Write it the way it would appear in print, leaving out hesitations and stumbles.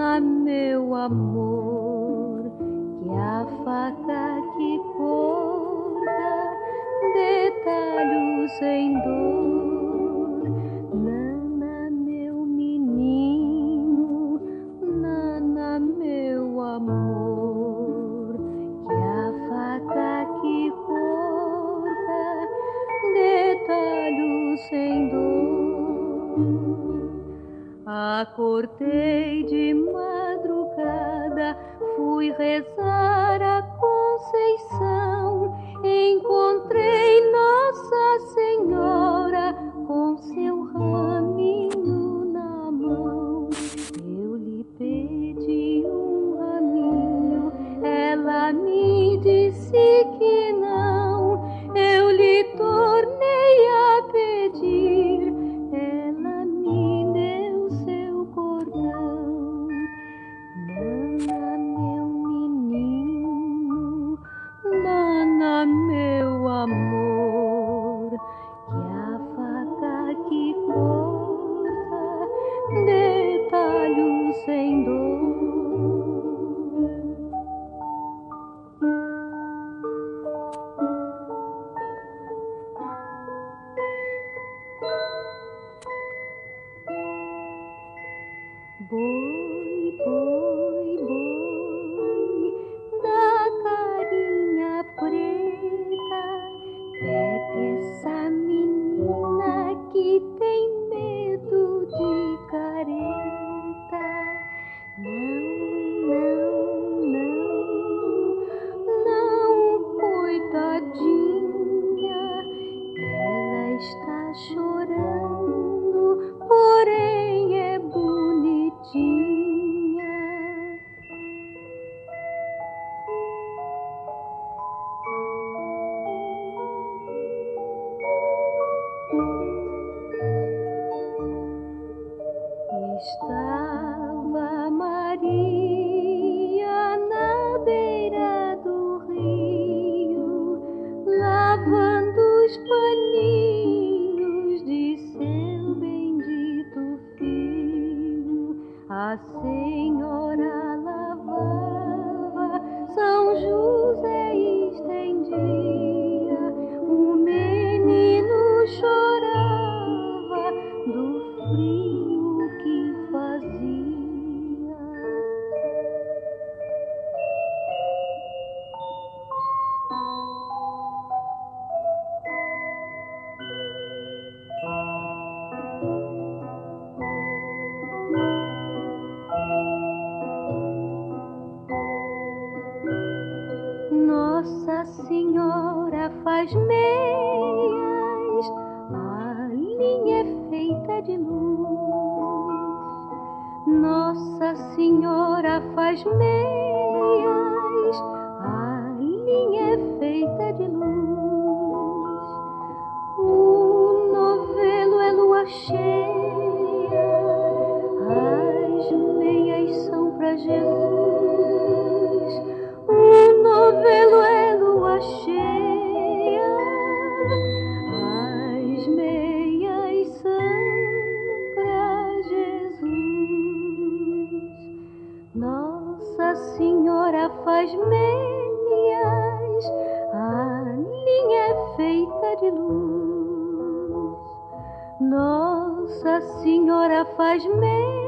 meu amor, que a faca que corta detalhes sem dor. Nana, meu menino, Nana, meu amor, que a faca que corta detalhes sem dor. Acordei de madrugada, fui rezar a Conceição, encontrei Nossa Senhora com seu raminho na mão. Eu lhe pedi um raminho, ela me disse que não. Eu lhe tornei a pedir, ela me deu seu cordão. Nana, meu menino, Nana, meu amor, que a faca que corta detalhes sem dor. Boi, boi, boi, da carinha preta, pega essa menina que tem medo de careta. Não, não, não, não, coitadinha, ela está chorando, porém é bonitinha. Estava Maria na beira do rio, lavando os paninhos de seu bendito filho. A senhora lavava, São José estendia, o menino chorava do frio que fazia. Nossa Senhora faz meias, a linha é feita de luz. Nossa Senhora faz meias, a linha é feita de luz. O novelo é lua cheia, as meias são pra Jesus. O novelo é lua cheia, as meias são pra Jesus. Nossa Senhora faz meias, a linha é feita de luz. Nossa Senhora faz meias,